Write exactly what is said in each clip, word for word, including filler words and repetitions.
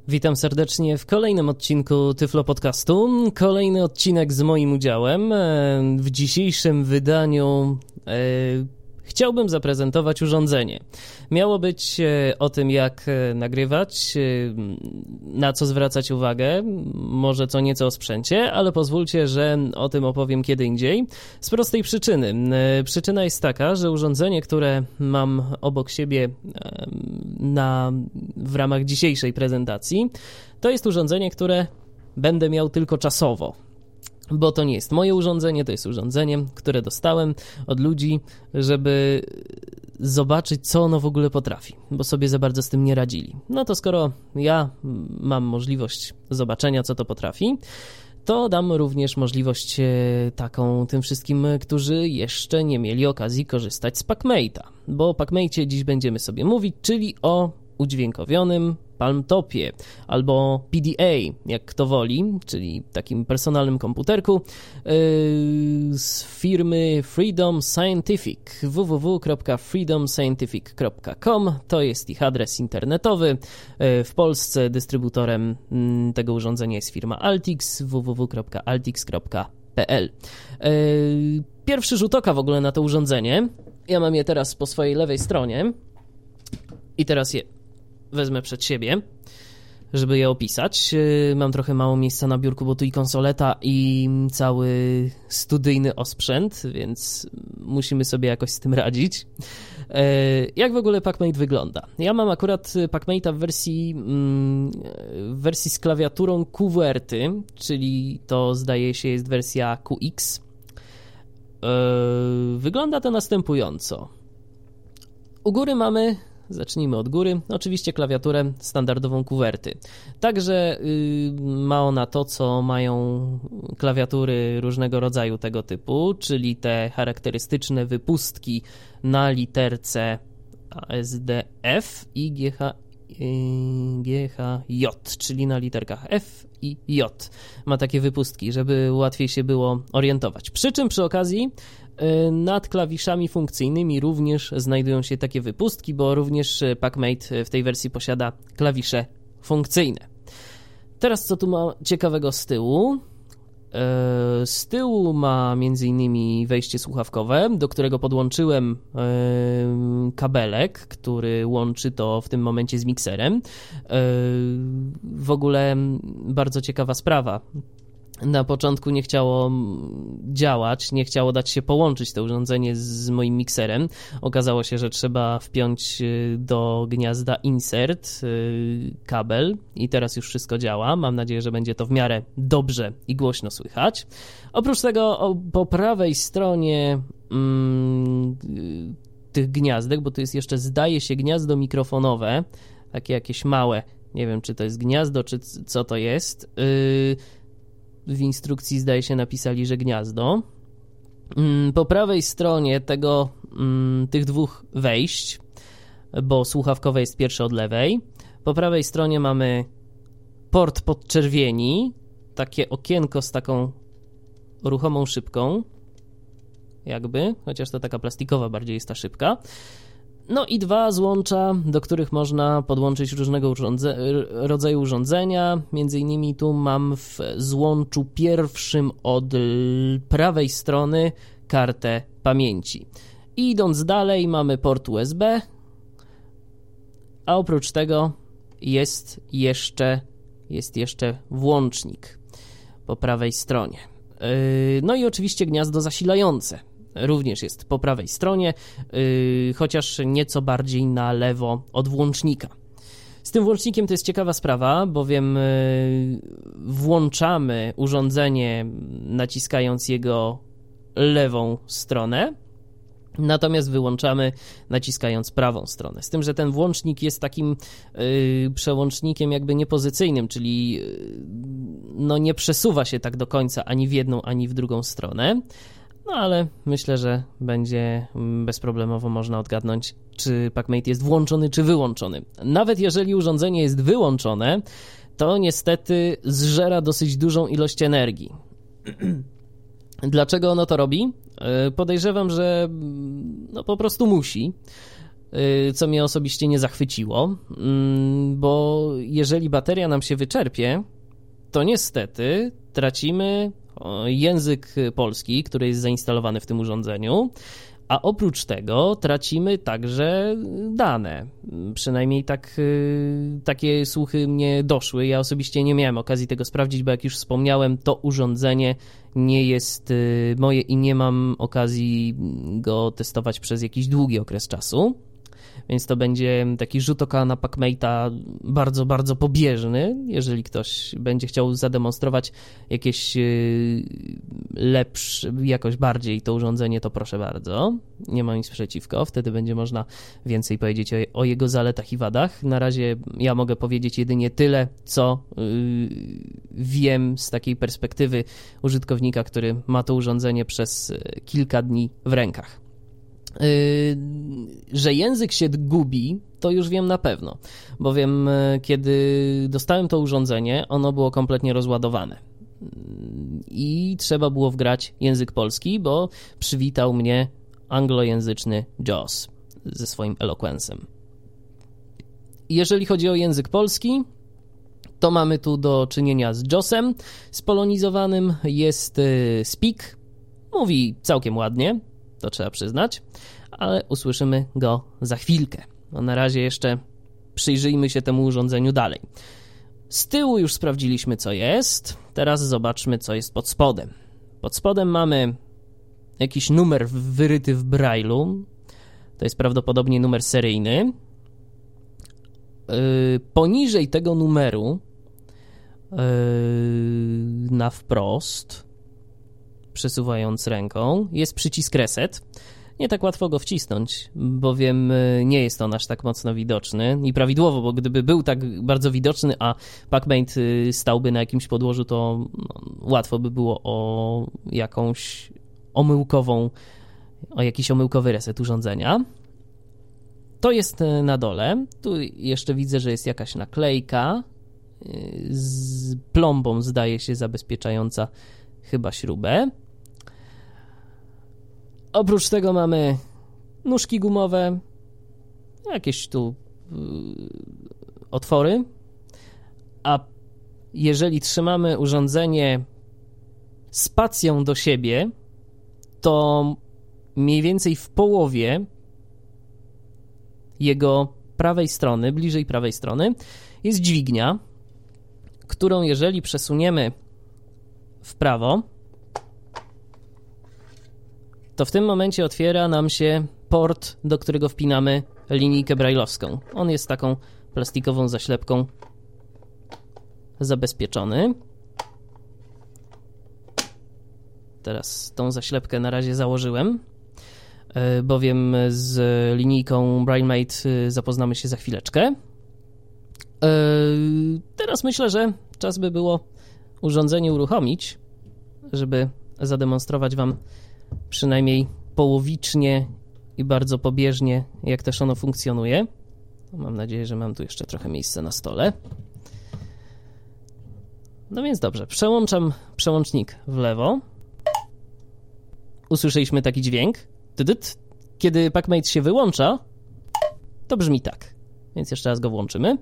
Witam serdecznie w kolejnym odcinku Tyflo Podcastu. Kolejny odcinek z moim udziałem. W dzisiejszym wydaniu e, chciałbym zaprezentować urządzenie. Miało być o tym, jak nagrywać, na co zwracać uwagę, może co nieco o sprzęcie, ale pozwólcie, że o tym opowiem kiedy indziej. Z prostej przyczyny. Przyczyna jest taka, że urządzenie, które mam obok siebie na, w ramach dzisiejszej prezentacji, to jest urządzenie, które będę miał tylko czasowo. Bo to nie jest moje urządzenie, to jest urządzenie, które dostałem od ludzi, żeby zobaczyć, co ono w ogóle potrafi, bo sobie za bardzo z tym nie radzili. No to skoro ja mam możliwość zobaczenia, co to potrafi, to dam również możliwość taką tym wszystkim, którzy jeszcze nie mieli okazji korzystać z PackMate'a, bo o PackMate'cie dziś będziemy sobie mówić, czyli o udźwiękowionym Palmtopie albo P D A, jak kto woli, czyli takim personalnym komputerku yy, z firmy Freedom Scientific. w w w kropka freedom scientific kropka com to jest ich adres internetowy. Yy, w Polsce dystrybutorem yy, tego urządzenia jest firma Altix, w w w kropka altix kropka p l. Yy, pierwszy rzut oka w ogóle na to urządzenie. Ja mam je teraz po swojej lewej stronie i teraz je wezmę przed siebie, żeby je opisać. Mam trochę mało miejsca na biurku, bo tu i konsoleta, i cały studyjny osprzęt, więc musimy sobie jakoś z tym radzić. Jak w ogóle PackMate wygląda? Ja mam akurat PackMate'a w wersji, w wersji z klawiaturą QWERTY, czyli to zdaje się jest wersja Q X. Wygląda to następująco. U góry mamy, zacznijmy od góry, oczywiście klawiaturę standardową QWERTY. Także yy, ma ona to, co mają klawiatury różnego rodzaju tego typu, czyli te charakterystyczne wypustki na literce A S D F i G H, yy, G H J, czyli na literkach F i J. Ma takie wypustki, żeby łatwiej się było orientować. Przy czym przy okazji nad klawiszami funkcyjnymi również znajdują się takie wypustki, bo również PackMate w tej wersji posiada klawisze funkcyjne. Teraz co tu ma ciekawego z tyłu? Z tyłu ma m.in. wejście słuchawkowe, do którego podłączyłem kabelek, który łączy to w tym momencie z mikserem. W ogóle bardzo ciekawa sprawa. Na początku nie chciało działać, nie chciało dać się połączyć to urządzenie z moim mikserem. Okazało się, że trzeba wpiąć do gniazda insert kabel i teraz już wszystko działa. Mam nadzieję, że będzie to w miarę dobrze i głośno słychać. Oprócz tego po prawej stronie mm, tych gniazdek, bo tu jest jeszcze, zdaje się, gniazdo mikrofonowe, takie jakieś małe, nie wiem, czy to jest gniazdo, czy co to jest. Yy, W instrukcji zdaje się napisali, że gniazdo. Po prawej stronie tego, tych dwóch wejść, bo słuchawkowe jest pierwsze od lewej, po prawej stronie mamy port podczerwieni, takie okienko z taką ruchomą szybką, jakby, chociaż to taka plastikowa bardziej jest ta szybka. No i dwa złącza, do których można podłączyć różnego urządze- rodzaju urządzenia. Między innymi tu mam w złączu pierwszym od prawej strony kartę pamięci. I idąc dalej mamy port U S B, a oprócz tego jest jeszcze, jest jeszcze włącznik po prawej stronie. No i oczywiście gniazdo zasilające. Również jest po prawej stronie, yy, chociaż nieco bardziej na lewo od włącznika. Z tym włącznikiem to jest ciekawa sprawa, bowiem yy, włączamy urządzenie naciskając jego lewą stronę, natomiast wyłączamy naciskając prawą stronę. Z tym, że ten włącznik jest takim yy, przełącznikiem jakby niepozycyjnym, czyli yy, no nie przesuwa się tak do końca ani w jedną, ani w drugą stronę. No ale myślę, że będzie bezproblemowo można odgadnąć, czy PackMate jest włączony, czy wyłączony. Nawet jeżeli urządzenie jest wyłączone, to niestety zżera dosyć dużą ilość energii. Dlaczego ono to robi? Podejrzewam, że no po prostu musi. co mnie osobiście nie zachwyciło, bo jeżeli bateria nam się wyczerpie, to niestety tracimy język polski, który jest zainstalowany w tym urządzeniu, a oprócz tego tracimy także dane. Przynajmniej tak, takie słuchy mnie doszły. Ja osobiście nie miałem okazji tego sprawdzić, bo jak już wspomniałem, to urządzenie nie jest moje i nie mam okazji go testować przez jakiś długi okres czasu. Więc to będzie taki rzut oka na PackMate'a bardzo, bardzo pobieżny. Jeżeli ktoś będzie chciał zademonstrować jakieś lepsze, jakoś bardziej to urządzenie, to proszę bardzo. Nie mam nic przeciwko. Wtedy będzie można więcej powiedzieć o, o jego zaletach i wadach. Na razie ja mogę powiedzieć jedynie tyle, co yy, wiem z takiej perspektywy użytkownika, który ma to urządzenie przez kilka dni w rękach. Że język się gubi, to już wiem na pewno, bowiem kiedy dostałem to urządzenie, ono było kompletnie rozładowane i trzeba było wgrać język polski, bo przywitał mnie anglojęzyczny JAWS ze swoim Eloquence'em. Jeżeli chodzi o język polski, to mamy tu do czynienia z JAWSem spolonizowanym, jest Speak, mówi całkiem ładnie, to trzeba przyznać, ale usłyszymy go za chwilkę. No na razie jeszcze przyjrzyjmy się temu urządzeniu dalej. Z tyłu już sprawdziliśmy, co jest. Teraz zobaczmy, co jest pod spodem. Pod spodem mamy jakiś numer wyryty w Braille'u. To jest prawdopodobnie numer seryjny. Yy, poniżej tego numeru yy, na wprost, przesuwając ręką, jest przycisk reset. Nie tak łatwo go wcisnąć, bowiem nie jest on aż tak mocno widoczny i prawidłowo, bo gdyby był tak bardzo widoczny, a PackMate stałby na jakimś podłożu, to no, łatwo by było o jakąś omyłkową, o jakiś omyłkowy reset urządzenia. To jest na dole. Tu jeszcze widzę, że jest jakaś naklejka z plombą, zdaje się, zabezpieczająca chyba śrubę. Oprócz tego mamy nóżki gumowe, jakieś tu yy, otwory, a jeżeli trzymamy urządzenie spacją do siebie, to mniej więcej w połowie jego prawej strony, bliżej prawej strony, jest dźwignia, którą jeżeli przesuniemy w prawo, to w tym momencie otwiera nam się port, do którego wpinamy linijkę brajlowską. On jest taką plastikową zaślepką zabezpieczony. Teraz tą zaślepkę na razie założyłem, bowiem z linijką BrailleMate zapoznamy się za chwileczkę. Teraz myślę, że czas by było urządzenie uruchomić, żeby zademonstrować Wam przynajmniej połowicznie i bardzo pobieżnie, jak też ono funkcjonuje. Mam nadzieję, że mam tu jeszcze trochę miejsca na stole. No więc dobrze, przełączam przełącznik w lewo. Usłyszeliśmy taki dźwięk. Kiedy PackMate się wyłącza, to brzmi tak. Więc jeszcze raz go włączymy.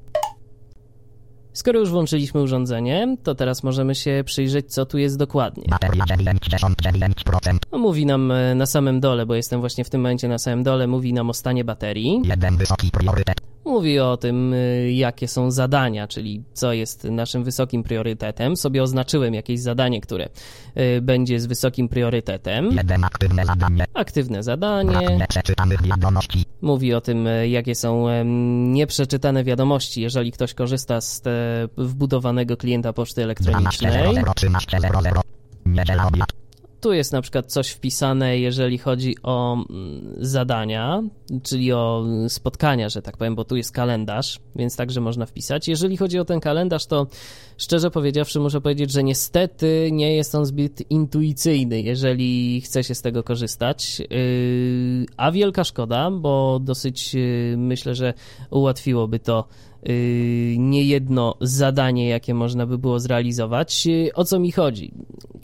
Skoro już włączyliśmy urządzenie, to teraz możemy się przyjrzeć, co tu jest dokładnie. Bateria dziewięćdziesiąt dziewięć procent. No, mówi nam na samym dole, bo jestem właśnie w tym momencie na samym dole, mówi nam o stanie baterii. Jeden wysoki priorytet. Mówi o tym, jakie są zadania, czyli co jest naszym wysokim priorytetem. Sobie oznaczyłem jakieś zadanie, które będzie z wysokim priorytetem. Jeden aktywne zadanie. Aktywne zadanie. Brak nieprzeczytanych wiadomości. Mówi o tym, jakie są nieprzeczytane wiadomości, jeżeli ktoś korzysta z te wbudowanego klienta poczty elektronicznej. trzynaście zero zero. Niedziela obiad. Tu jest na przykład coś wpisane, jeżeli chodzi o zadania, czyli o spotkania, że tak powiem, bo tu jest kalendarz, więc także można wpisać. Jeżeli chodzi o ten kalendarz, to szczerze powiedziawszy muszę powiedzieć, że niestety nie jest on zbyt intuicyjny, jeżeli chce się z tego korzystać, a wielka szkoda, bo dosyć myślę, że ułatwiłoby to niejedno zadanie, jakie można by było zrealizować. O co mi chodzi?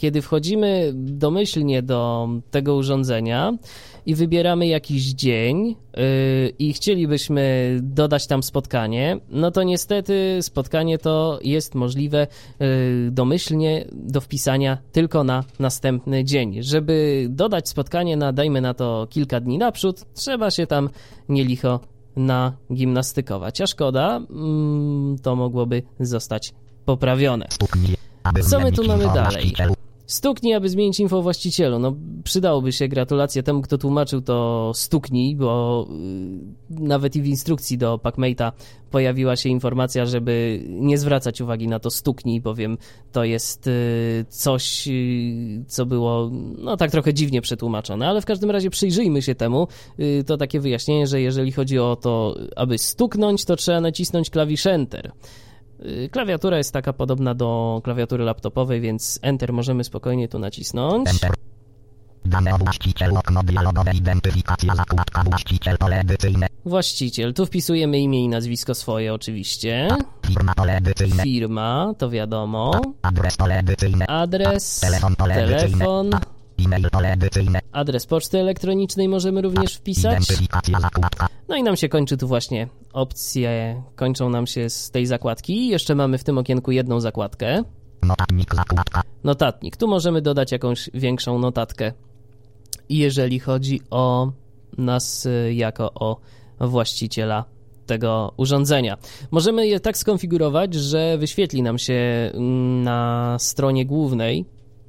kiedy wchodzimy domyślnie do tego urządzenia i wybieramy jakiś dzień yy, i chcielibyśmy dodać tam spotkanie, no to niestety spotkanie to jest możliwe yy, domyślnie do wpisania tylko na następny dzień. Żeby dodać spotkanie na, dajmy na to, kilka dni naprzód, trzeba się tam nielicho nagimnastykować, a szkoda, mm, to mogłoby zostać poprawione. Co my tu mamy dalej? Stuknij, aby zmienić info o właścicielu. No, przydałoby się, gratulacje temu, kto tłumaczył to stuknij, bo yy, nawet i w instrukcji do PackMate'a pojawiła się informacja, żeby nie zwracać uwagi na to stuknij, bowiem to jest yy, coś, yy, co było no tak trochę dziwnie przetłumaczone, ale w każdym razie przyjrzyjmy się temu. Yy, to takie wyjaśnienie, że jeżeli chodzi o to, aby stuknąć, to trzeba nacisnąć klawisz Enter. Klawiatura jest taka podobna do klawiatury laptopowej, więc Enter możemy spokojnie tu nacisnąć. Enter. Dane o właścicielu, okno dialogowe, identyfikacja, zakładka właściciel, pole edycyjne. Właściciel, tu wpisujemy imię i nazwisko swoje oczywiście. Firma, pole edycyjne. Firma, to wiadomo. Adres, pole edycyjne. Adres, telefon, pole telefon. E-mail, pole edycyjne. Adres poczty elektronicznej możemy również wpisać. Identyfikacja, zakładka. No i nam się kończy tu właśnie opcje, kończą nam się z tej zakładki. Jeszcze mamy w tym okienku jedną zakładkę. Notatnik, zakładka. Notatnik. Tu możemy dodać jakąś większą notatkę, jeżeli chodzi o nas jako o właściciela tego urządzenia. Możemy je tak skonfigurować, że wyświetli nam się na stronie głównej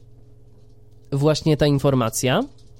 właśnie ta informacja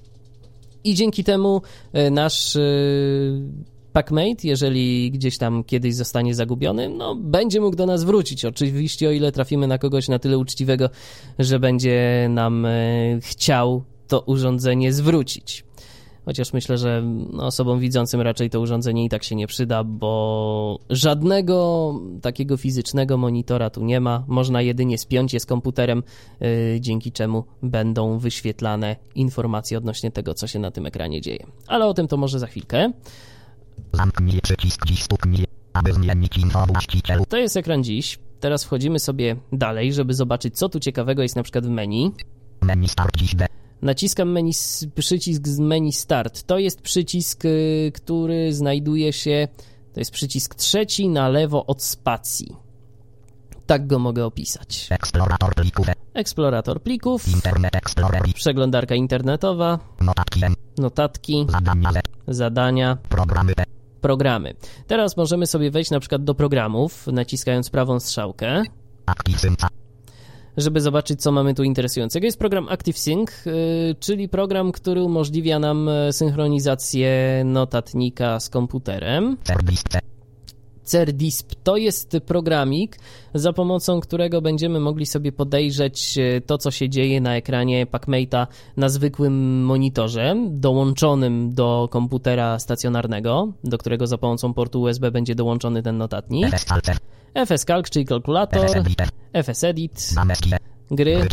i dzięki temu nasz PackMate, jeżeli gdzieś tam kiedyś zostanie zagubiony, no będzie mógł do nas wrócić. Oczywiście o ile trafimy na kogoś na tyle uczciwego, że będzie nam chciał to urządzenie zwrócić. Chociaż myślę, że osobom widzącym raczej to urządzenie i tak się nie przyda, bo żadnego takiego fizycznego monitora tu nie ma. Można jedynie spiąć je z komputerem, yy, dzięki czemu będą wyświetlane informacje odnośnie tego, co się na tym ekranie dzieje. Ale o tym to może za chwilkę. Zamknij przycisk dziś, stuknij, aby zmienić info o właścicielu. To jest ekran dziś. Teraz wchodzimy sobie dalej, żeby zobaczyć, co tu ciekawego jest na przykład w menu. Menu start dziś D. Naciskam menu, przycisk z menu Start. To jest przycisk, który znajduje się, to jest przycisk trzeci na lewo od spacji. Tak go mogę opisać. Eksplorator plików. Eksplorator plików. Internet Explorer. Przeglądarka internetowa. Notatki. Notatki. Zadania. Zadania. Programy. Programy. Teraz możemy sobie wejść na przykład do programów, naciskając prawą strzałkę, ActiveSync. żeby zobaczyć, co mamy tu interesującego. Jest program ActiveSync, yy, czyli program, który umożliwia nam synchronizację notatnika z komputerem. Cerdisp. Cerdisp to jest programik, za pomocą którego będziemy mogli sobie podejrzeć to, co się dzieje na ekranie PackMate'a na zwykłym monitorze dołączonym do komputera stacjonarnego, do którego za pomocą portu U S B będzie dołączony ten notatnik. F S Calc, czyli kalkulator, F S Edit, gry,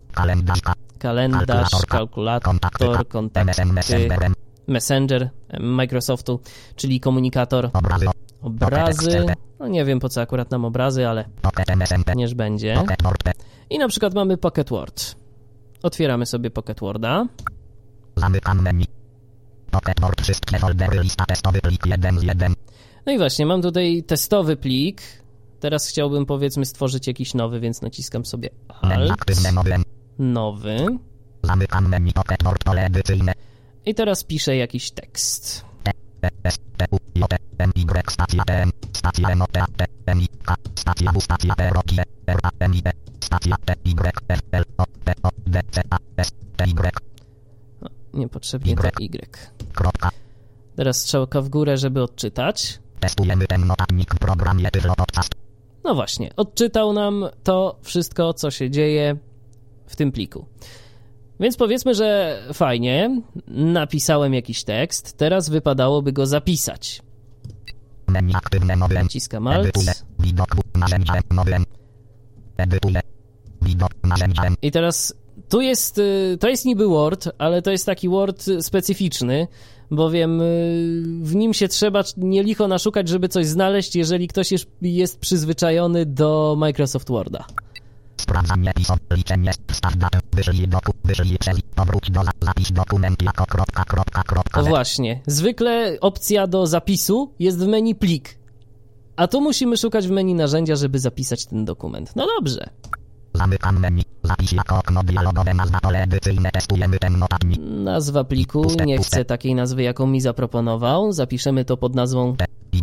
kalendarz, kalkulator, kontakty, Messenger Microsoftu, czyli komunikator, obrazy, no nie wiem po co akurat nam obrazy, ale niech będzie. I na przykład mamy Pocket Word. Otwieramy sobie Pocket Worda. Zamykam menu. Pocket Word, wszystkie foldery, lista testowy, plik jeden z jeden. No i właśnie, mam tutaj testowy plik. Teraz chciałbym, powiedzmy, stworzyć jakiś nowy, więc naciskam sobie Alt. Nowy. Zamykam menu, Pocket Word, pole edycyjne. I teraz piszę jakiś tekst. S, T, U, J, M, Y, stacja T, M, stacja M, O, T, A, T, M, I, K, stacja W, stacja P, R, O, K, R, A, M, I, E, stacja T, Y, F, L, O, T, O, D, C, A, S, T, Y. No, niepotrzebnie to Y. Kropka. Teraz strzałka w górę, żeby odczytać. Testujemy ten notatnik w programie Tyflo Podcast. No właśnie, odczytał nam to wszystko, co się dzieje w tym pliku. Więc powiedzmy, że fajnie, napisałem jakiś tekst, teraz wypadałoby go zapisać. Menu aktywne nowe. Naciskam Alt. Widok narzędzia nowe. Edytuje. Widok narzędzia. I teraz tu jest, to jest niby Word, ale to jest taki Word specyficzny, bowiem w nim się trzeba nielicho naszukać, żeby coś znaleźć, jeżeli ktoś jest przyzwyczajony do Microsoft Worda. Sprawdzanie pisów, liczenie, wstaw datę, wyślij doku, wyślij przez, powróć do za, zapisz dokument jako kropka, kropka, kropka. O właśnie, zwykle opcja do zapisu jest w menu plik, a tu musimy szukać w menu narzędzia, żeby zapisać ten dokument. No dobrze. Zamykam menu, zapisz jako okno dialogowe, nazwa pole edycyjne, testujemy ten notatnik. Nazwa pliku, nie chcę takiej nazwy, jaką mi zaproponował. Zapiszemy to pod nazwą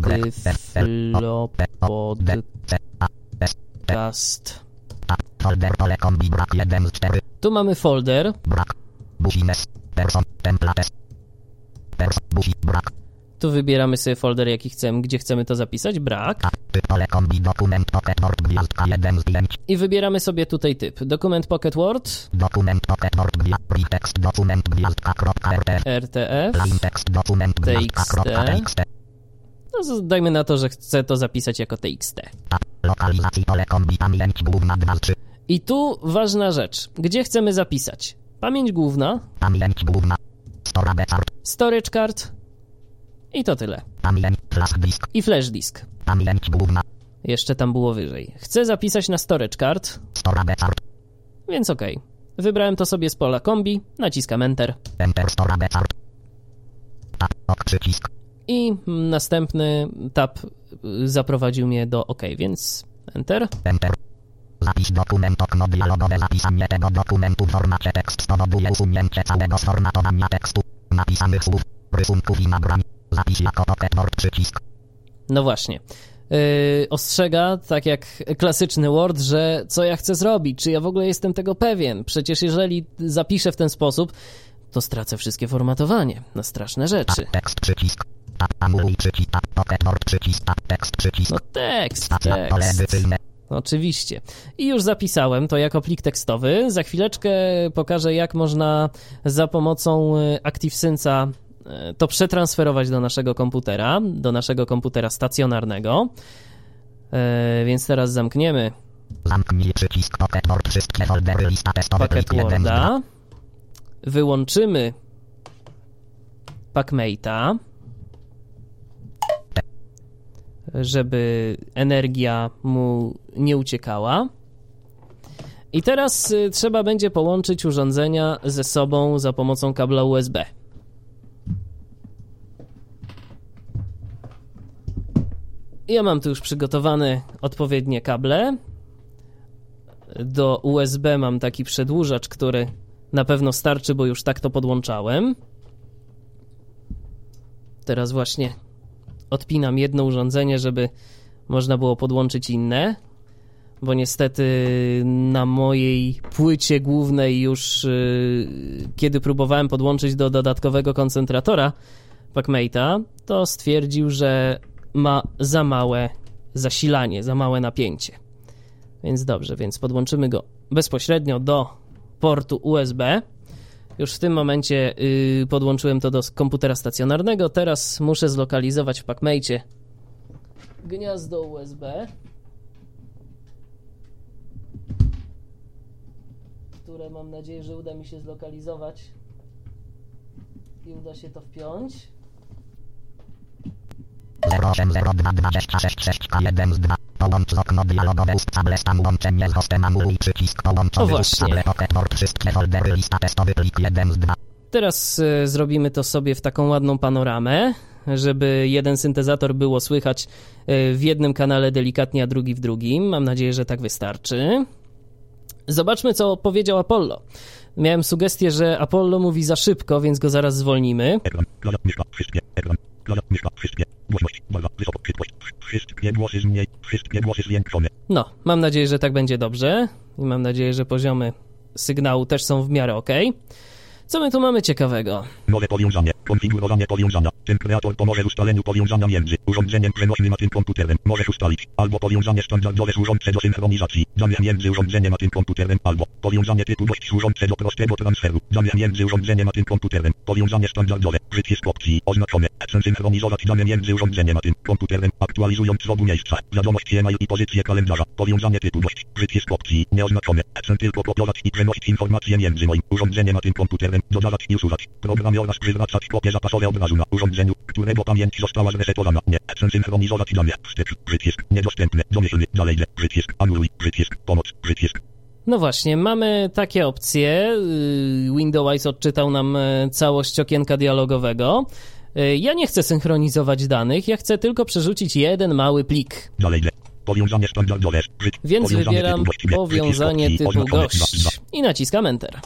Tyflopodcast. Folder pole kombi brak jeden z czterech. Tu mamy folder. Brak. Busines. Person. Templates. Person. Busi. Brak. Tu wybieramy sobie folder, jaki chcemy, gdzie chcemy to zapisać. Brak. Typ pole kombi dokument Pocket Word gwiazdka jeden z pięć. I wybieramy sobie tutaj typ. Dokument Pocket Word. Dokument Pocket Word gwiazdka. Text dokument gwiazdka kropka rtf. R T F. Plain text dokument gwiazdka kropka txt. No dajmy na to, że chcę to zapisać jako T X T. Lokalizacji pole kombi pamięć główna dwa trzy. I tu ważna rzecz. Gdzie chcemy zapisać? Pamięć główna. Pamięć główna. Storage card. Storage card. I to tyle. Pamięć flash disk. I flash disk. Pamięć główna. Jeszcze tam było wyżej. Chcę zapisać na storage card. Storage card. Więc okej. Okay. Wybrałem to sobie z pola kombi. Naciskam Enter. Enter storage card. Tab, ok, przycisk. I następny tab zaprowadził mnie do OK, więc Enter. Enter. Zapisz dokument, okno dialogowe, zapisanie tego dokumentu w formacie tekst spowoduje usunięcie całego sformatowania tekstu, napisanych słów, rysunków i nagrań. Zapisz jako Pocket Word przycisk. No właśnie. Yy, ostrzega, tak jak klasyczny Word, że co ja chcę zrobić, czy ja w ogóle jestem tego pewien. Przecież jeżeli zapiszę w ten sposób, to stracę wszystkie formatowanie na straszne rzeczy. Tab, tekst przycisk. Tab, anuluj przycisk. Tab, Pocket Word przycisk. Tab, tekst przycisk. No tekst, Stacja, tekst. pole edycyjne. Oczywiście. I już zapisałem to jako plik tekstowy. Za chwileczkę pokażę, jak można za pomocą ActiveSynca to przetransferować do naszego komputera, do naszego komputera stacjonarnego. E, więc teraz zamkniemy Zamknij przycisk Pocket Word, wszystkie foldery, lista testowa, Pocket Worda. Wyłączymy PackMate'a, żeby energia mu nie uciekała. I teraz y, trzeba będzie połączyć urządzenia ze sobą za pomocą kabla U S B. Ja mam tu już przygotowane odpowiednie kable. Do U S B mam taki przedłużacz, który na pewno starczy, bo już tak to podłączałem. Teraz właśnie odpinam jedno urządzenie, żeby można było podłączyć inne, bo niestety na mojej płycie głównej już yy, kiedy próbowałem podłączyć do dodatkowego koncentratora PackMate'a, to stwierdził, że ma za małe zasilanie, za małe napięcie. Więc dobrze, więc podłączymy go bezpośrednio do portu U S B. Już w tym momencie yy, podłączyłem to do komputera stacjonarnego. Teraz muszę zlokalizować w PackMate'cie gniazdo U S B, które mam nadzieję, że uda mi się zlokalizować i uda się to wpiąć. zero osiem zero dwa dwadzieścia sześć sześć K jeden z dwa. Połącz z okno dialogowe ustable stan łączenie z hostem, anuluj przycisk połączony ustable Pocket Word, wszystkie foldery, lista testowy, plik jeden z dwa. Teraz y, zrobimy to sobie w taką ładną panoramę, żeby jeden syntezator było słychać y, w jednym kanale delikatnie, a drugi w drugim. Mam nadzieję, że tak wystarczy. Zobaczmy, co powiedział Apollo. Miałem sugestię, że Apollo mówi za szybko, więc go zaraz zwolnimy. Ekran, klawiatura, myszka, wszystkie, ekran, klawiatura, myszka, wszystkie, głośność, bardzo wysoko, szybkość, wszystkie głosy zmniej, wszystkie głosy zwiększone. No, mam nadzieję, że tak będzie dobrze i mam nadzieję, że poziomy sygnału też są w miarę ok. Co my tu mamy ciekawego? Nowe powiązanie, konfigurowanie powiązania. Ten kreator pomoże w ustaleniu powiązania między urządzeniem przenośnym a tym komputerem. Możesz ustalić albo powiązanie standardowe służące do synchronizacji, zamian między urządzeniem a tym komputerem, albo powiązanie typu dość służące do prostego transferu, zamian między urządzeniem a tym komputerem. Powiązanie standardowe, przycisk opcji, oznaczone, chcę synchronizować dane między urządzeniem a tym komputerem, aktualizując w obu miejscach, wiadomość e-mail i pozycję kalendarza. Powiązanie typu dość, przycisk opcji, nieoznaczone, chcę tylko kopiować i przenosić informacje między moim urządzeniem a tym komputerem. Dodawać i usuwać. Program oraz przywracać kopie zapasowe obrazu na urządzeniu, którego pamięć została zresetowana. Nie chcę synchronizować dane. Wstecz. Przycisk. Niedostępne. Domyślny. Dalej. Przycisk. Anuluj. Przycisk. Pomoc. Przycisk. No właśnie, mamy takie opcje. Windows odczytał nam całość okienka dialogowego. Ja nie chcę synchronizować danych, ja chcę tylko przerzucić jeden mały plik. Powiązanie standardowe. Więc wybieram powiązanie typu gość i naciskam Enter.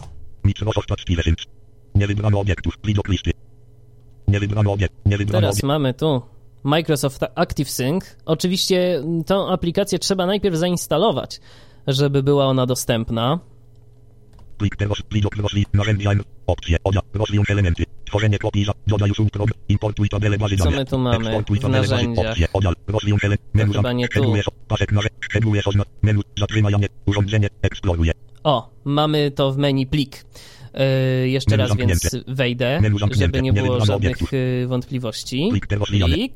Nie wybrano obiektów. Widok listy. Nie wybrano obiekt. Nie wybrano Teraz obiekt. mamy tu Microsoft ActiveSync. Oczywiście tą aplikację trzeba najpierw zainstalować, żeby była ona dostępna. Plik teraz, widok rozli, narzędzia, opcje, oda, rozwiąż elementy, tworzenie kopii, dodaj usług, importuj tabelę bazy danych. Co my tu mamy w narzędziach? Opcje, oda, rozwiąż element, menu, chyba nie tu. pasek, szczegóły, menu, zatrzymanie, urządzenie, eksploruje. O, mamy to w menu plik. Yy, jeszcze raz więc wejdę, żeby nie było żadnych wątpliwości. Plik.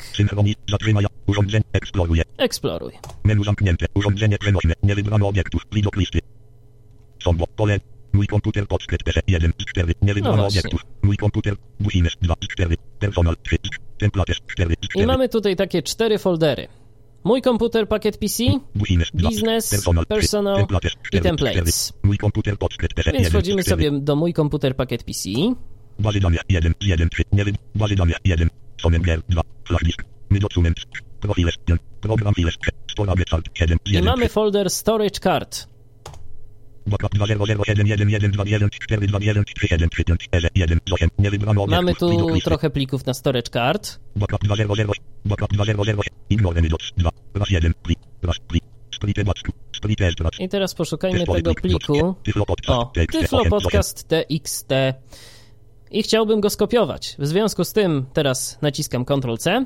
Eksploruj. Menu zamknięte. Urządzenie przenośne. Nie wybrano obiektów. Widok listy. Są pole. Mój komputer podskret P C jeden z cztery. Nie wybrano no obiektów. Mój komputer Busines dwa z cztery. Personal trzy. Templates cztery z cztery. I mamy tutaj takie cztery foldery. Mój komputer pakiet P C, biznes, personal i templates. Więc wchodzimy sobie do mój komputer pakiet P C. Bazy danych jeden z jeden trzy. Nie wybrano. Bazy danych jeden. Sonemger dwa. Flash disk. My document. Profile jeden. Program files. Storage chart siedem z jeden. I mamy folder storage card. Mamy tu trochę plików na storage card. I teraz poszukajmy tego pliku. O, Tyflo Podcast T X T. I chciałbym go skopiować. W związku z tym teraz naciskam kontrol C.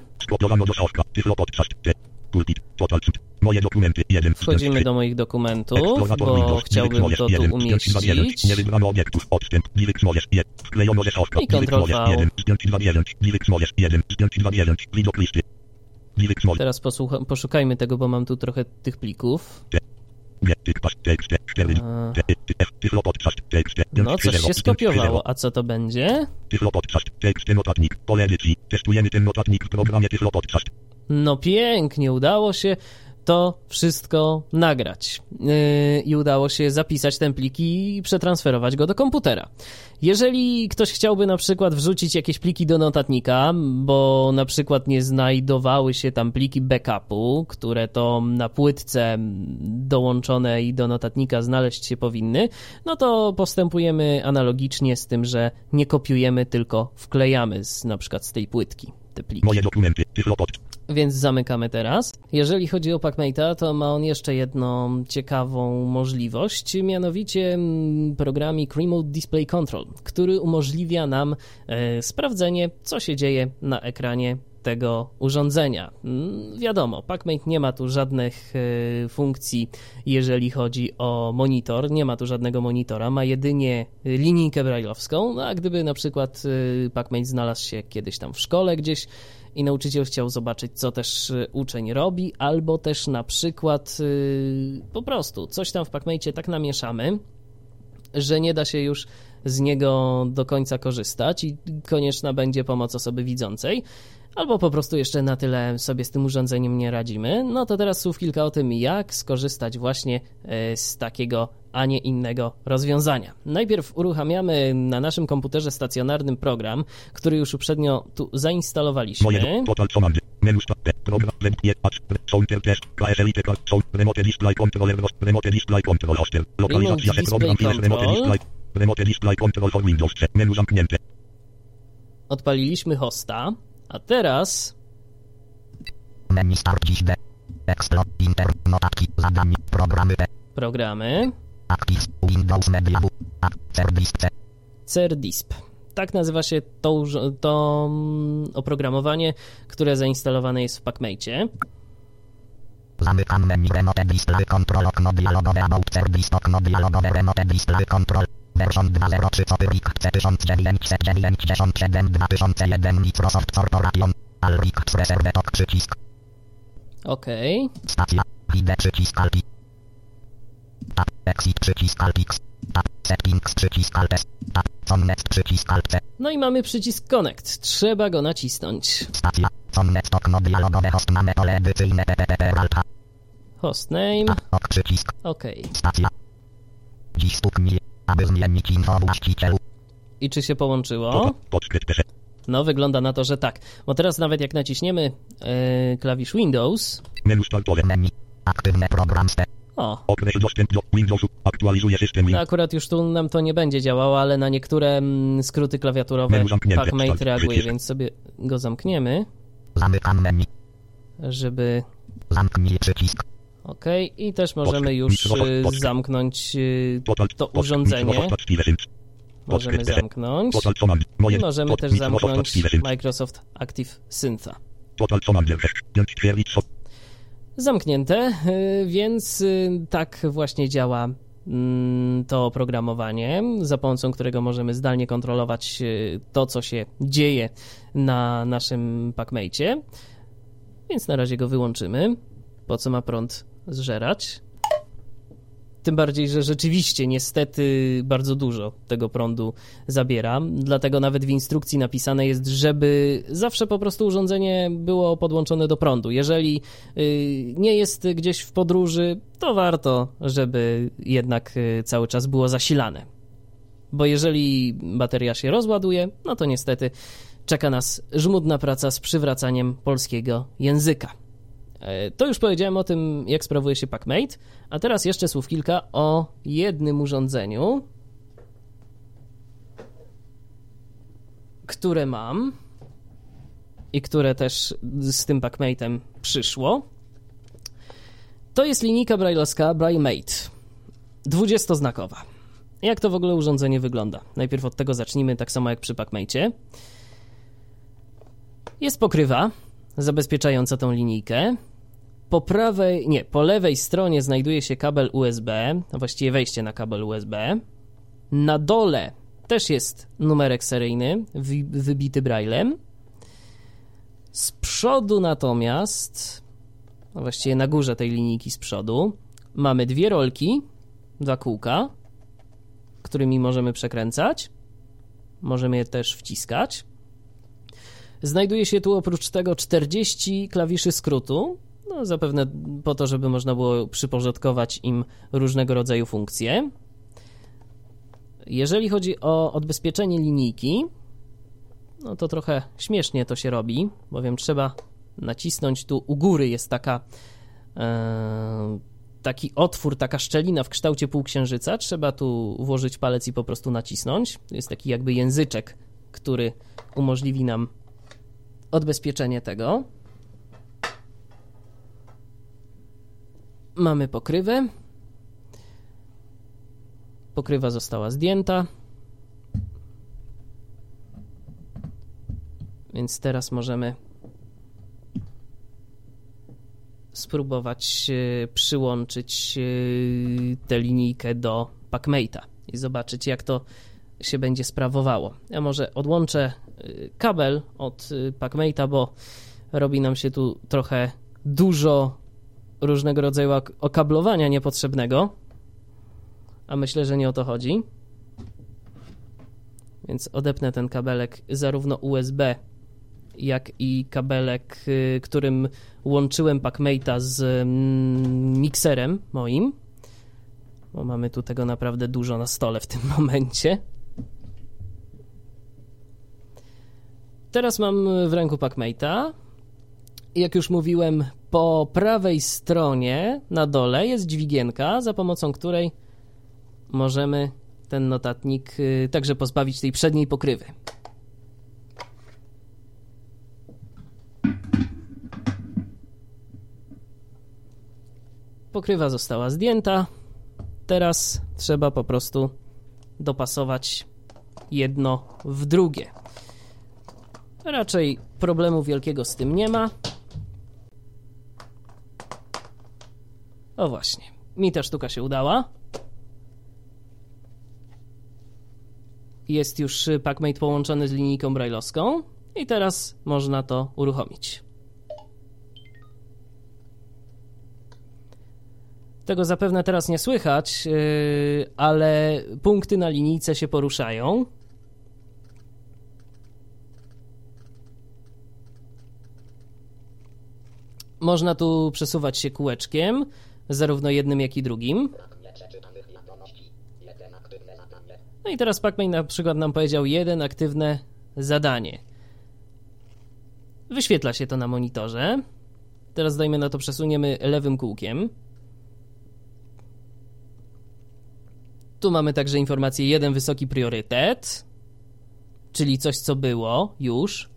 Moje dokumenty. jeden. Wchodzimy do moich dokumentów, bo chciałbym to tu umieścić. Nie wybrano obiektów. Odstęp. Wklejono ze I kontrol V. Teraz posłucha- poszukajmy tego, bo mam tu trochę tych plików. No, coś się skopiowało. A co to będzie? No pięknie, udało się to wszystko nagrać yy, i udało się zapisać ten plik i przetransferować go do komputera. Jeżeli ktoś chciałby na przykład wrzucić jakieś pliki do notatnika, bo na przykład nie znajdowały się tam pliki backupu, które to na płytce dołączone i do notatnika znaleźć się powinny, no to postępujemy analogicznie z tym, że nie kopiujemy, tylko wklejamy z, na przykład z tej płytki te pliki. Moje dokumenty. Więc zamykamy teraz. Jeżeli chodzi o PackMate'a, to ma on jeszcze jedną ciekawą możliwość, mianowicie programik Remote Display Control, który umożliwia nam e, sprawdzenie, co się dzieje na ekranie tego urządzenia. Wiadomo, PackMate nie ma tu żadnych e, funkcji, jeżeli chodzi o monitor, nie ma tu żadnego monitora, ma jedynie linijkę brajlowską, a gdyby na przykład e, PackMate znalazł się kiedyś tam w szkole gdzieś i nauczyciel chciał zobaczyć, co też uczeń robi, albo też na przykład yy, po prostu coś tam w PackMate tak namieszamy, że nie da się już z niego do końca korzystać i konieczna będzie pomoc osoby widzącej, albo po prostu jeszcze na tyle sobie z tym urządzeniem nie radzimy, no to teraz słów kilka o tym, jak skorzystać właśnie z takiego, a nie innego rozwiązania. Najpierw uruchamiamy na naszym komputerze stacjonarnym program, który już uprzednio tu zainstalowaliśmy. Remote Display Control. Remote Display Control for Windows. Menu zamknięte. Odpaliliśmy hosta, a teraz menu start dziś D. Explore Inter notatki zadanie programy P. Programy. Active Windows Media Cerdisp. Cerdisp. Tak nazywa się to, to oprogramowanie, które zainstalowane jest w PackMate. Zamykam menu Remote Display Control, okno dialogowe About Cerdisp, okno dialogowe Remote Display Control. Version dwa zero trzy Topic C tysiąc dziewięćset dziewięćdziesiąt siedem dwa tysiące jeden Microsoft Corporation Alric Reserve Talk przycisk. Okej. Okay. Stacja Hide przycisk Alpi. Tab Exit przycisk Alpix. Tab Settings przycisk Altes. Tab Connect przycisk Alt C. No i mamy przycisk Connect. Trzeba go nacisnąć. Stacja Connect okno dialogowe hostname pole edycyjne P P P Alta. Hostname. Ok przycisk. Okej. Stacja Dziś stuknij, aby zmienić info właścicielu. I czy się połączyło? No, wygląda na to, że tak. Bo teraz nawet jak naciśniemy yy, klawisz Windows... Menu startowe menu. Aktywne program ste. O. Okres dostęp do Windowsu. Aktualizuje system. No akurat już tu nam to nie będzie działało, ale na niektóre mm, skróty klawiaturowe PacMate reaguje, więc sobie go zamkniemy. Zamykam menu. Żeby... Zamknij przycisk. Ok, i też możemy już y, zamknąć y, to urządzenie. Możemy zamknąć. I możemy też zamknąć Microsoft Active Syntha. Zamknięte, więc tak właśnie działa to oprogramowanie, za pomocą którego możemy zdalnie kontrolować to, co się dzieje na naszym PacMate'cie. Więc na razie go wyłączymy. Po co ma prąd zżerać? Tym bardziej, że rzeczywiście niestety bardzo dużo tego prądu zabiera, dlatego nawet w instrukcji napisane jest, żeby zawsze po prostu urządzenie było podłączone do prądu. Jeżeli nie jest gdzieś w podróży, to warto, żeby jednak cały czas było zasilane. Bo jeżeli bateria się rozładuje, no to niestety czeka nas żmudna praca z przywracaniem polskiego języka. To już powiedziałem o tym, jak sprawuje się PacMate, a teraz jeszcze słów kilka o jednym urządzeniu, które mam i które też z tym PacMate'em przyszło. To jest linijka braille'owska BrailleMate, dwudziestoznakowa. Jak to w ogóle urządzenie wygląda? Najpierw od tego zacznijmy, tak samo jak przy PacMate'cie. Jest pokrywa zabezpieczająca tą linijkę. Po prawej, nie, po lewej stronie znajduje się kabel U S B, a właściwie wejście na kabel U S B. Na dole też jest numerek seryjny wybity braillem. Z przodu natomiast, a właściwie na górze tej linijki z przodu, mamy dwie rolki, dwa kółka, którymi możemy przekręcać. Możemy je też wciskać. Znajduje się tu oprócz tego czterdzieści klawiszy skrótu, no zapewne po to, żeby można było przyporządkować im różnego rodzaju funkcje. Jeżeli chodzi o odbezpieczenie linijki, no to trochę śmiesznie to się robi, bowiem trzeba nacisnąć tu u góry, jest taka e, taki otwór, taka szczelina w kształcie półksiężyca, trzeba tu włożyć palec i po prostu nacisnąć. To jest taki jakby języczek, który umożliwi nam odbezpieczenie tego. Mamy pokrywę. Pokrywa została zdjęta. Więc teraz możemy spróbować przyłączyć tę linijkę do PacMate'a i zobaczyć, jak to się będzie sprawowało. Ja może odłączę kabel od PacMate'a, bo robi nam się tu trochę dużo różnego rodzaju okablowania niepotrzebnego, a myślę, że nie o to chodzi. Więc odepnę ten kabelek zarówno U S B, jak i kabelek, którym łączyłem PacMate'a z mikserem moim, bo mamy tu tego naprawdę dużo na stole w tym momencie. Teraz mam w ręku PacMate'a. Jak już mówiłem, po prawej stronie na dole jest dźwigienka, za pomocą której możemy ten notatnik także pozbawić tej przedniej pokrywy. Pokrywa została zdjęta. Teraz trzeba po prostu dopasować jedno w drugie. Raczej problemu wielkiego z tym nie ma. O właśnie, mi ta sztuka się udała. Jest już PacMate połączony z linijką braille'owską i teraz można to uruchomić. Tego zapewne teraz nie słychać, yy, ale punkty na linijce się poruszają. Można tu przesuwać się kółeczkiem, zarówno jednym, jak i drugim. No i teraz Pacmate na przykład nam powiedział jeden aktywne zadanie. Wyświetla się to na monitorze. Teraz dajmy na to, przesuniemy lewym kółkiem. Tu mamy także informację jeden wysoki priorytet, czyli coś, co było już.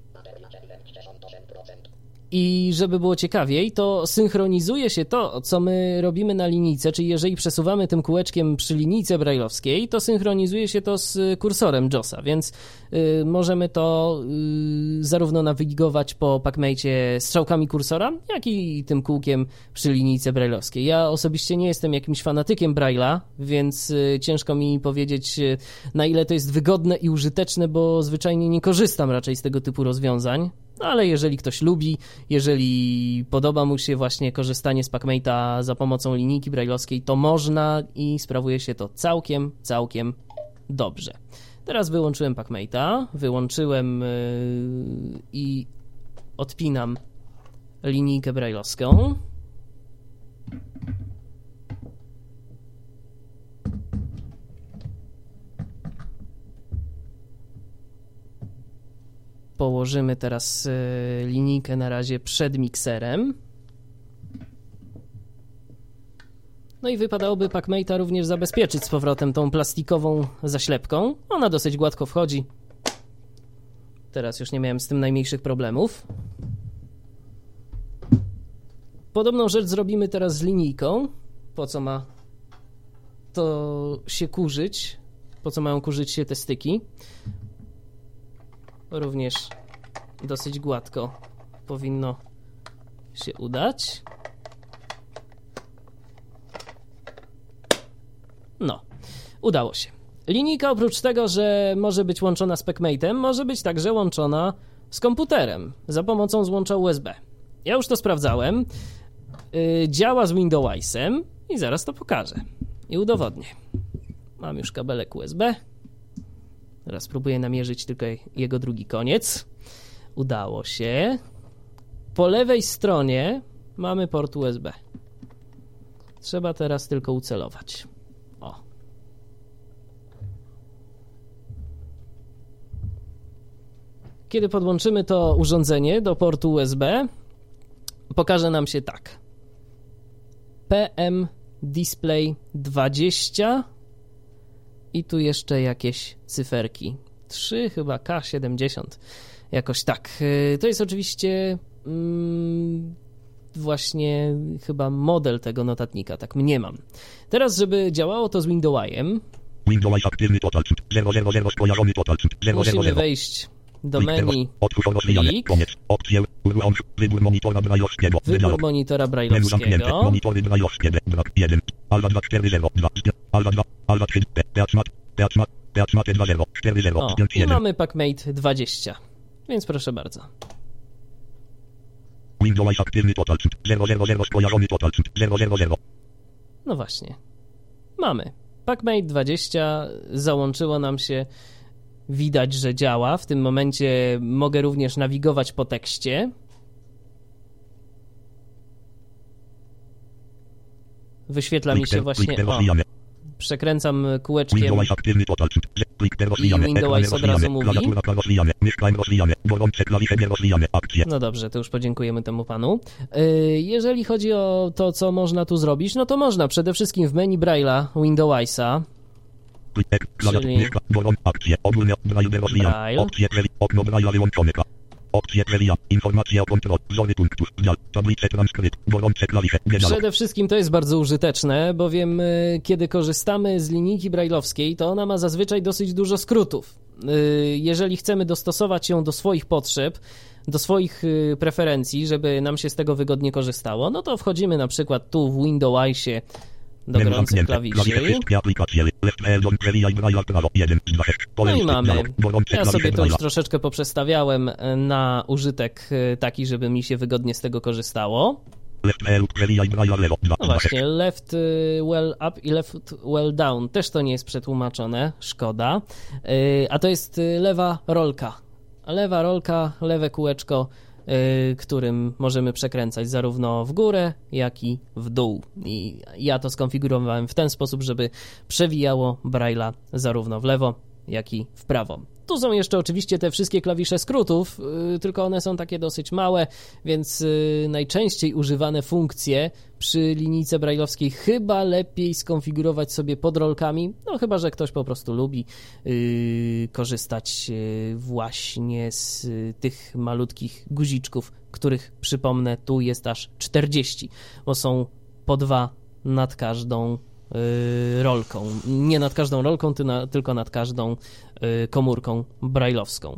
I żeby było ciekawiej, to synchronizuje się to, co my robimy na linijce, czyli jeżeli przesuwamy tym kółeczkiem przy linijce brajlowskiej, to synchronizuje się to z kursorem JOSa, więc y, możemy to y, zarówno nawigować po Pacmate'cie strzałkami kursora, jak i tym kółkiem przy linijce brajlowskiej. Ja osobiście nie jestem jakimś fanatykiem Braille'a, więc y, ciężko mi powiedzieć, y, na ile to jest wygodne i użyteczne, bo zwyczajnie nie korzystam raczej z tego typu rozwiązań. No ale jeżeli ktoś lubi, jeżeli podoba mu się właśnie korzystanie z Pacmate'a za pomocą linijki brajlowskiej, to można i sprawuje się to całkiem, całkiem dobrze. Teraz wyłączyłem Pacmate'a, wyłączyłem yy, i odpinam linijkę brajlowską. Położymy teraz linijkę na razie przed mikserem. No i wypadałoby Pacmate'a również zabezpieczyć z powrotem tą plastikową zaślepką. Ona dosyć gładko wchodzi. Teraz już nie miałem z tym najmniejszych problemów. Podobną rzecz zrobimy teraz z linijką. Po co ma to się kurzyć? Po co mają kurzyć się te styki? Również dosyć gładko powinno się udać. No, udało się. Linijka oprócz tego, że może być łączona z Pacmate'em, może być także łączona z komputerem za pomocą złącza U S B. Ja już to sprawdzałem. Yy, działa z Windowsem i zaraz to pokażę i udowodnię. Mam już kabelek U S B. Teraz spróbuję namierzyć tylko jego drugi koniec. Udało się. Po lewej stronie mamy port U S B. Trzeba teraz tylko ucelować. O. Kiedy podłączymy to urządzenie do portu U S B, pokaże nam się tak. P M Display dwadzieścia i tu jeszcze jakieś cyferki. trzy chyba K siedemdziesiąt. Jakoś tak. To jest oczywiście mm, właśnie chyba model tego notatnika, tak mniemam. Teraz, żeby działało to z Windowsem, Windows aktywny total zero zero zero skojarzony total zero zero musimy wejść do menu Plik, opcję wybór monitora brajlowskiego, wybór monitora brajlowskiego, monitory brajlowskie, jeden, alfa dwa cztery zero dwa, alfa dwa, alfa trzy, teatmat, teatmat, teatmat dwa zero cztery zero, o, i mamy Pacmate dwadzieścia, więc proszę bardzo. Windows aktywny total zero zero zero skojarzony total zero zero zero. No właśnie, mamy. Pacmate dwadzieścia załączyło nam się. Widać, że działa. W tym momencie mogę również nawigować po tekście. Wyświetla mi się właśnie... O, przekręcam kółeczkiem i Windows od razu mówi. No dobrze, to już podziękujemy temu panu. Jeżeli chodzi o to, co można tu zrobić, no to można przede wszystkim w menu Braille'a Windowsa, czyli Braille. Opcje prewija, informacja o kontroli, zony punktów, tablice transkrypt, gorące klawisze. Przede wszystkim to jest bardzo użyteczne, bowiem kiedy korzystamy z linijki brajlowskiej, to ona ma zazwyczaj dosyć dużo skrótów. Jeżeli chcemy dostosować ją do swoich potrzeb, do swoich preferencji, żeby nam się z tego wygodnie korzystało, no to wchodzimy na przykład tu w Windowsie do gorących klawiszy. No i mamy. Ja sobie to już troszeczkę poprzestawiałem na użytek taki, żeby mi się wygodnie z tego korzystało. No właśnie, left well up i left well down też to nie jest przetłumaczone, szkoda. A to jest lewa rolka. Lewa rolka, lewe kółeczko którym możemy przekręcać zarówno w górę, jak i w dół. I ja to skonfigurowałem w ten sposób, żeby przewijało Braille'a zarówno w lewo, jak i w prawo. Tu są jeszcze oczywiście te wszystkie klawisze skrótów, yy, tylko one są takie dosyć małe, więc yy, najczęściej używane funkcje przy linijce brajlowskiej chyba lepiej skonfigurować sobie pod rolkami, no chyba że ktoś po prostu lubi yy, korzystać yy, właśnie z yy, tych malutkich guziczków, których, przypomnę, tu jest aż czterdzieści, bo są po dwa nad każdą rolką. Nie nad każdą rolką, tylko nad każdą komórką brajlowską.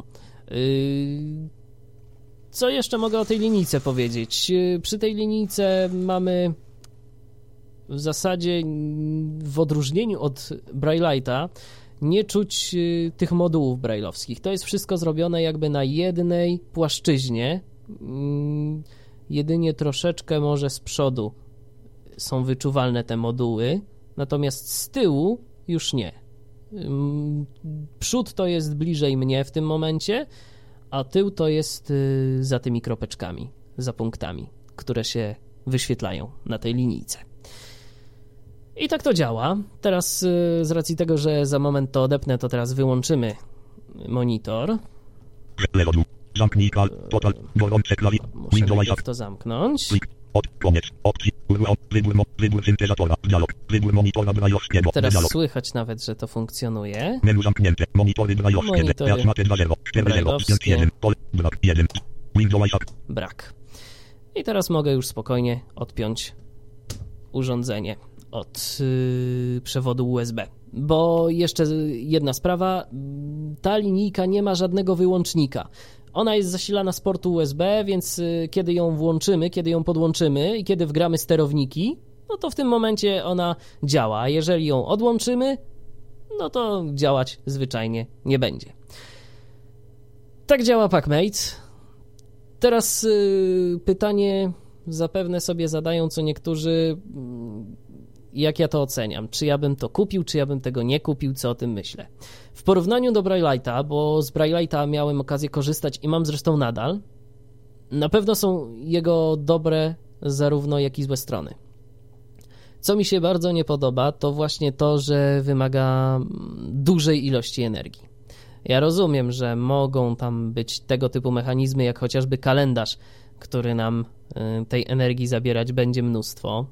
Co jeszcze mogę o tej linijce powiedzieć? Przy tej linijce mamy w zasadzie, w odróżnieniu od Braille'a, nie czuć tych modułów brajlowskich. To jest wszystko zrobione jakby na jednej płaszczyźnie. Jedynie troszeczkę może z przodu są wyczuwalne te moduły, natomiast z tyłu już nie. Przód to jest bliżej mnie w tym momencie, a tył to jest za tymi kropeczkami, za punktami, które się wyświetlają na tej linijce. I tak to działa. Teraz z racji tego, że za moment to odepnę, to teraz wyłączymy monitor. Zamknij kal, total, gorące klawi, muszę to zamknąć. Od, koniec, opcji, wybór, wybór syntezatora, dialog, wybór monitora brajlowskiego, teraz dialog. Słychać nawet, że to funkcjonuje. Menu zamknięte, monitory brajlowskie, monitory brajlowskie, brak, jeden, Windows, brak. I teraz mogę już spokojnie odpiąć urządzenie od yy, przewodu U S B. Bo jeszcze jedna sprawa, ta linijka nie ma żadnego wyłącznika. Ona jest zasilana z portu U S B, więc kiedy ją włączymy, kiedy ją podłączymy i kiedy wgramy sterowniki, no to w tym momencie ona działa, a jeżeli ją odłączymy, no to działać zwyczajnie nie będzie. Tak działa PackMate. Teraz yy, pytanie zapewne sobie zadają co niektórzy, jak ja to oceniam. Czy ja bym to kupił, czy ja bym tego nie kupił, co o tym myślę. W porównaniu do Braille'a, bo z Braille'a miałem okazję korzystać i mam zresztą nadal, na pewno są jego dobre zarówno jak i złe strony. Co mi się bardzo nie podoba, to właśnie to, że wymaga dużej ilości energii. Ja rozumiem, że mogą tam być tego typu mechanizmy, jak chociażby kalendarz, który nam tej energii zabierać będzie mnóstwo,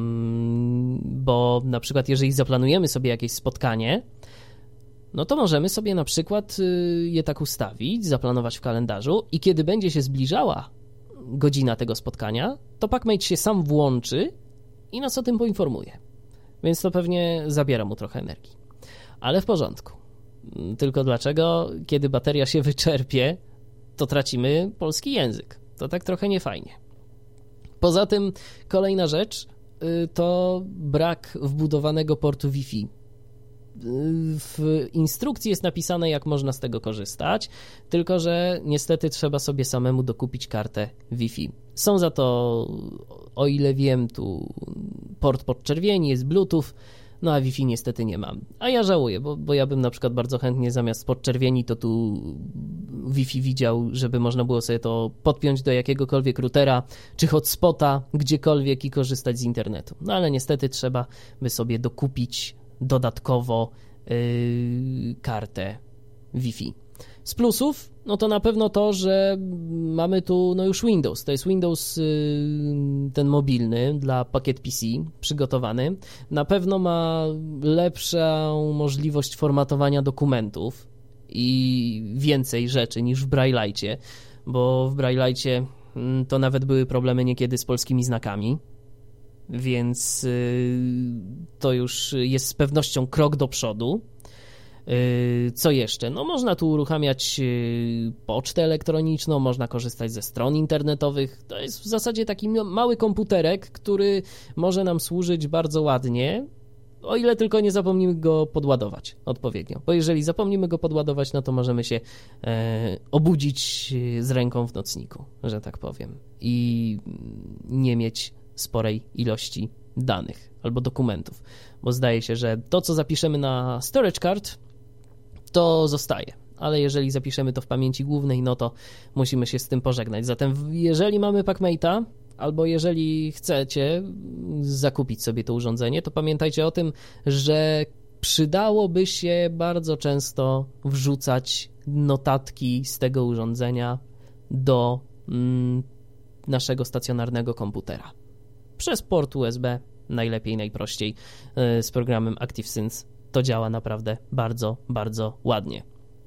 bo na przykład jeżeli zaplanujemy sobie jakieś spotkanie, no to możemy sobie na przykład je tak ustawić, zaplanować w kalendarzu i kiedy będzie się zbliżała godzina tego spotkania, to PackMate się sam włączy i nas o tym poinformuje. Więc to pewnie zabiera mu trochę energii. Ale w porządku. Tylko dlaczego, kiedy bateria się wyczerpie, to tracimy polski język? To tak trochę niefajnie. Poza tym kolejna rzecz to brak wbudowanego portu Wi-Fi. W instrukcji jest napisane, jak można z tego korzystać, tylko że niestety trzeba sobie samemu dokupić kartę Wi-Fi. Są za to, o ile wiem, tu port podczerwieni, jest Bluetooth, no a Wi-Fi niestety nie mam. A ja żałuję, bo, bo ja bym na przykład bardzo chętnie zamiast podczerwieni to tu Wi-Fi widział, żeby można było sobie to podpiąć do jakiegokolwiek routera czy hotspota, gdziekolwiek i korzystać z internetu. No ale niestety trzeba by sobie dokupić dodatkowo yy, kartę Wi-Fi. Z plusów, no to na pewno to, że mamy tu no już Windows. To jest Windows yy, ten mobilny dla pakiet P C przygotowany. Na pewno ma lepszą możliwość formatowania dokumentów i więcej rzeczy niż w Braille'cie, bo w Braille'cie to nawet były problemy niekiedy z polskimi znakami. Więc to już jest z pewnością krok do przodu. Co jeszcze? No można tu uruchamiać pocztę elektroniczną, można korzystać ze stron internetowych. To jest w zasadzie taki mały komputerek, który może nam służyć bardzo ładnie, o ile tylko nie zapomnimy go podładować odpowiednio. Bo jeżeli zapomnimy go podładować, no to możemy się e, obudzić z ręką w nocniku, że tak powiem, i nie mieć sporej ilości danych albo dokumentów, bo zdaje się, że to, co zapiszemy na storage card, to zostaje, ale jeżeli zapiszemy to w pamięci głównej, no to musimy się z tym pożegnać. Zatem jeżeli mamy PacMate'a, albo jeżeli chcecie zakupić sobie to urządzenie, to pamiętajcie o tym, że przydałoby się bardzo często wrzucać notatki z tego urządzenia do mm, naszego stacjonarnego komputera. Przez port U S B najlepiej, najprościej yy, z programem ActiveSync to działa naprawdę bardzo, bardzo ładnie.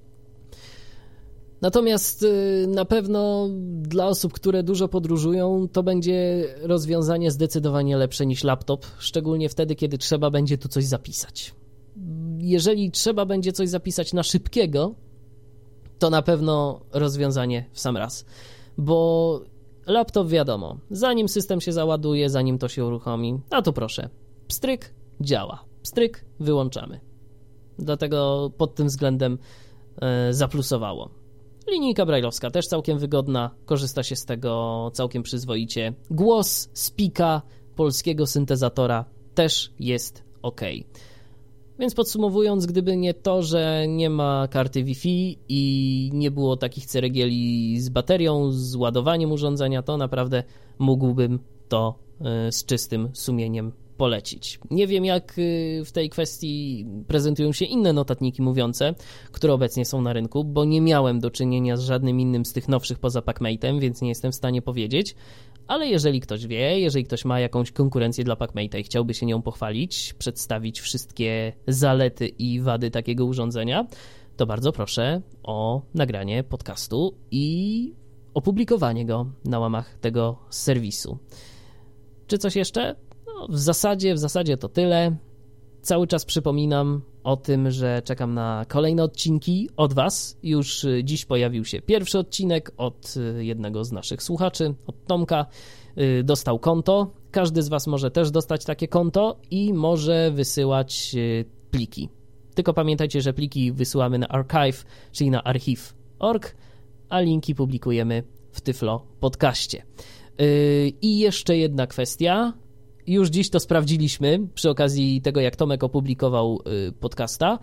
Natomiast yy, na pewno dla osób, które dużo podróżują, to będzie rozwiązanie zdecydowanie lepsze niż laptop, szczególnie wtedy, kiedy trzeba będzie tu coś zapisać. Jeżeli trzeba będzie coś zapisać na szybkiego, to na pewno rozwiązanie w sam raz, bo laptop wiadomo, zanim system się załaduje, zanim to się uruchomi, a tu proszę, pstryk, działa, pstryk, wyłączamy. Dlatego pod tym względem e, zaplusowało. Linijka brajlowska też całkiem wygodna, korzysta się z tego całkiem przyzwoicie. Głos z pika polskiego syntezatora też jest ok. Więc podsumowując, gdyby nie to, że nie ma karty Wi-Fi i nie było takich ceregieli z baterią, z ładowaniem urządzenia, to naprawdę mógłbym to z czystym sumieniem polecić. Nie wiem, jak w tej kwestii prezentują się inne notatniki mówiące, które obecnie są na rynku, bo nie miałem do czynienia z żadnym innym z tych nowszych poza PacMate'em, więc nie jestem w stanie powiedzieć. Ale jeżeli ktoś wie, jeżeli ktoś ma jakąś konkurencję dla PacMate'a i chciałby się nią pochwalić, przedstawić wszystkie zalety i wady takiego urządzenia, to bardzo proszę o nagranie podcastu i opublikowanie go na łamach tego serwisu. Czy coś jeszcze? No, w zasadzie, w zasadzie to tyle. Cały czas przypominam o tym, że czekam na kolejne odcinki od Was. Już dziś pojawił się pierwszy odcinek od jednego z naszych słuchaczy, od Tomka. Dostał konto. Każdy z Was może też dostać takie konto i może wysyłać pliki. Tylko pamiętajcie, że pliki wysyłamy na archive, czyli na archive kropka org, a linki publikujemy w Tyflo Podcaście. I jeszcze jedna kwestia. Już dziś to sprawdziliśmy przy okazji tego, jak Tomek opublikował podcasta.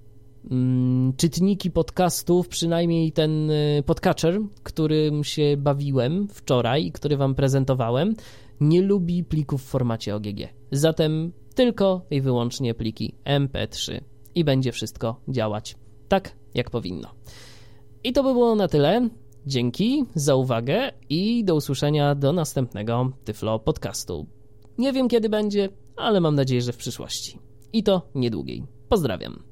Czytniki podcastów, przynajmniej ten podcatcher, którym się bawiłem wczoraj i który Wam prezentowałem, nie lubi plików w formacie O G G. Zatem tylko i wyłącznie pliki M P trzy i będzie wszystko działać tak, jak powinno. I to by było na tyle. Dzięki za uwagę i do usłyszenia do następnego Tyflo Podcastu. Nie wiem, kiedy będzie, ale mam nadzieję, że w przyszłości. I to niedługiej. Pozdrawiam.